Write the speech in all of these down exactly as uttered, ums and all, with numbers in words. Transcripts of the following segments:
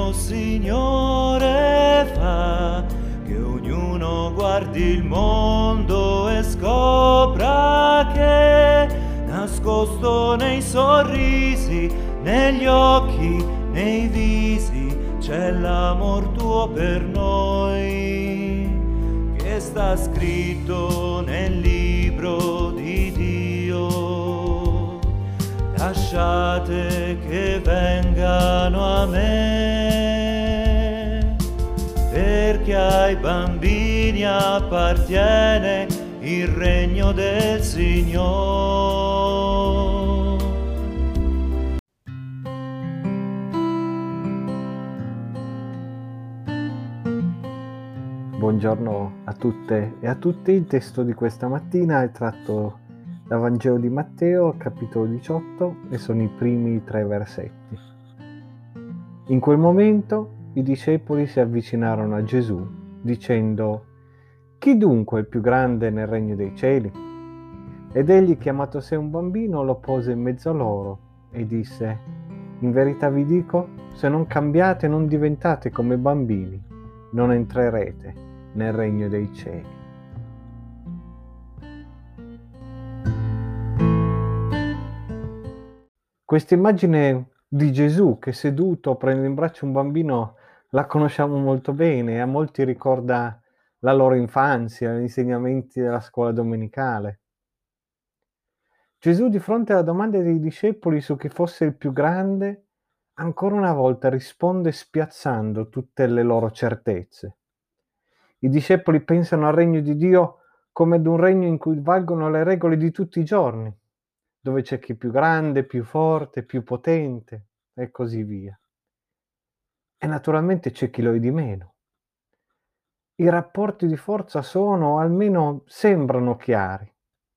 mio Signore, fa che ognuno guardi il mondo e scopra che nascosto nei sorrisi, negli occhi, nei visi, c'è l'amor tuo per noi, che sta scritto nel libro di Dio. Lasciate che vengano a me, perché ai bambini appartiene il regno del Signore. Buongiorno a tutte e a tutti. Il testo di questa mattina è tratto dal Vangelo di Matteo, capitolo diciotto, e sono i primi tre versetti. In quel momento i discepoli si avvicinarono a Gesù, dicendo: «Chi dunque è il più grande nel regno dei cieli?» Ed egli, chiamato a sé un bambino, lo pose in mezzo a loro e disse: «In verità vi dico, se non cambiate e non diventate come bambini, non entrerete nel regno dei cieli». Questa immagine di Gesù che seduto prende in braccio un bambino la conosciamo molto bene, a molti ricorda la loro infanzia, gli insegnamenti della scuola domenicale. Gesù, di fronte alla domanda dei discepoli su chi fosse il più grande, ancora una volta risponde spiazzando tutte le loro certezze. I discepoli pensano al regno di Dio come ad un regno in cui valgono le regole di tutti i giorni, dove c'è chi è più grande, più forte, più potente e così via. E naturalmente c'è chi lo è di meno. I rapporti di forza sono, o almeno sembrano, chiari.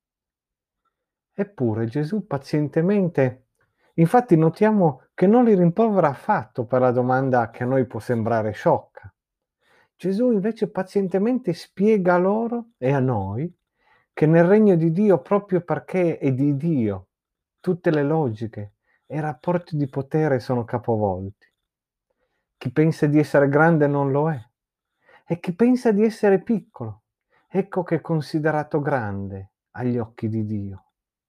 Eppure Gesù pazientemente, infatti notiamo che non li rimprovera affatto per la domanda che a noi può sembrare sciocca. Gesù invece pazientemente spiega loro e a noi che nel regno di Dio, proprio perché è di Dio, tutte le logiche e i rapporti di potere sono capovolti. Chi pensa di essere grande non lo è, e chi pensa di essere piccolo, ecco che è considerato grande agli occhi di Dio.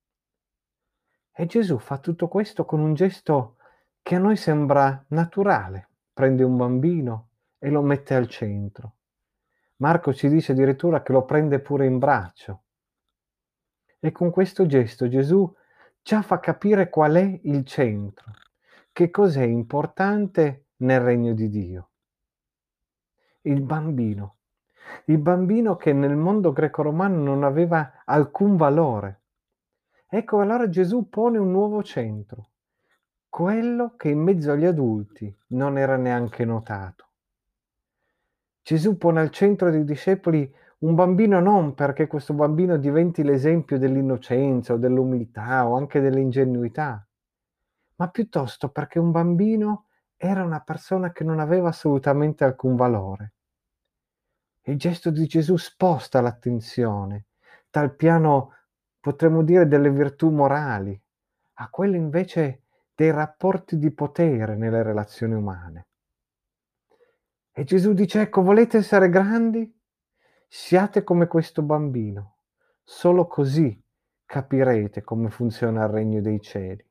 E Gesù fa tutto questo con un gesto che a noi sembra naturale. Prende un bambino e lo mette al centro. Marco ci dice addirittura che lo prende pure in braccio. E con questo gesto Gesù già fa capire qual è il centro, che cos'è importante nel regno di Dio. Il bambino. Il bambino che nel mondo greco-romano non aveva alcun valore. Ecco, allora Gesù pone un nuovo centro, quello che in mezzo agli adulti non era neanche notato. Gesù pone al centro dei discepoli un bambino non perché questo bambino diventi l'esempio dell'innocenza o dell'umiltà o anche dell'ingenuità, ma piuttosto perché un bambino era una persona che non aveva assolutamente alcun valore. Il gesto di Gesù sposta l'attenzione dal piano, potremmo dire, delle virtù morali a quello invece dei rapporti di potere nelle relazioni umane. E Gesù dice: ecco, volete essere grandi? Siate come questo bambino. Solo così capirete come funziona il regno dei cieli.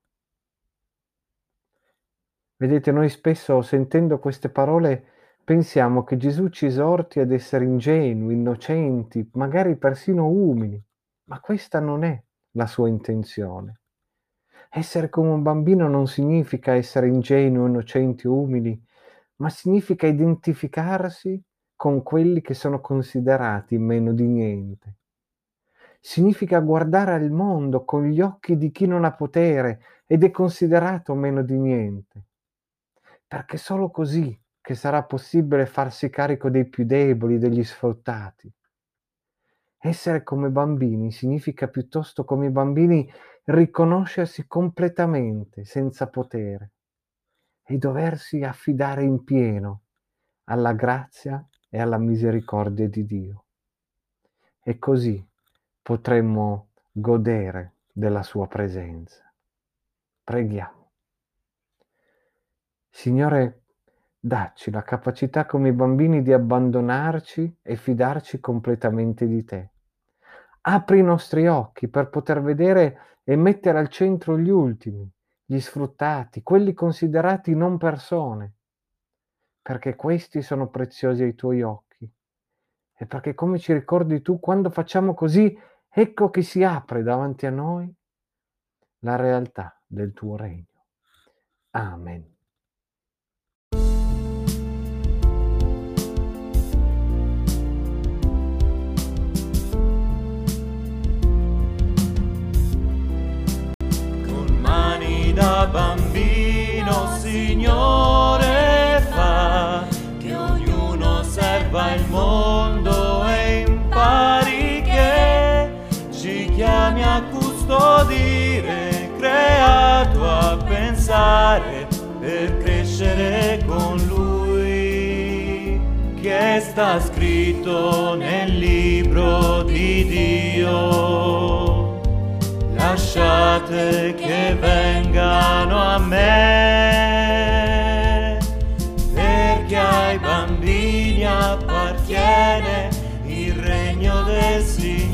Vedete, noi spesso sentendo queste parole pensiamo che Gesù ci esorti ad essere ingenui, innocenti, magari persino umili, ma questa non è la sua intenzione. Essere come un bambino non significa essere ingenui, innocenti o umili, ma significa identificarsi con quelli che sono considerati meno di niente. Significa guardare al mondo con gli occhi di chi non ha potere ed è considerato meno di niente. Perché solo così che sarà possibile farsi carico dei più deboli, degli sfruttati. Essere come bambini significa piuttosto, come i bambini, riconoscersi completamente senza potere e doversi affidare in pieno alla grazia e alla misericordia di Dio. E così potremmo godere della sua presenza. Preghiamo. Signore, Dacci la capacità come i bambini di abbandonarci e fidarci completamente di te. Apri i nostri occhi per poter vedere e mettere al centro gli ultimi, gli sfruttati, quelli considerati non persone, perché questi sono preziosi ai tuoi occhi. E perché, come ci ricordi tu, quando facciamo così, ecco che si apre davanti a noi la realtà del tuo regno. Amen. Con mani da bambino, Signore, fa che ognuno serva il mondo e impari che ci chiami a custodire, creato a pensare per crescere con Lui, che sta scritto nel libro di Dio. Lasciate che vengano a me, perché ai bambini appartiene il regno del Signore.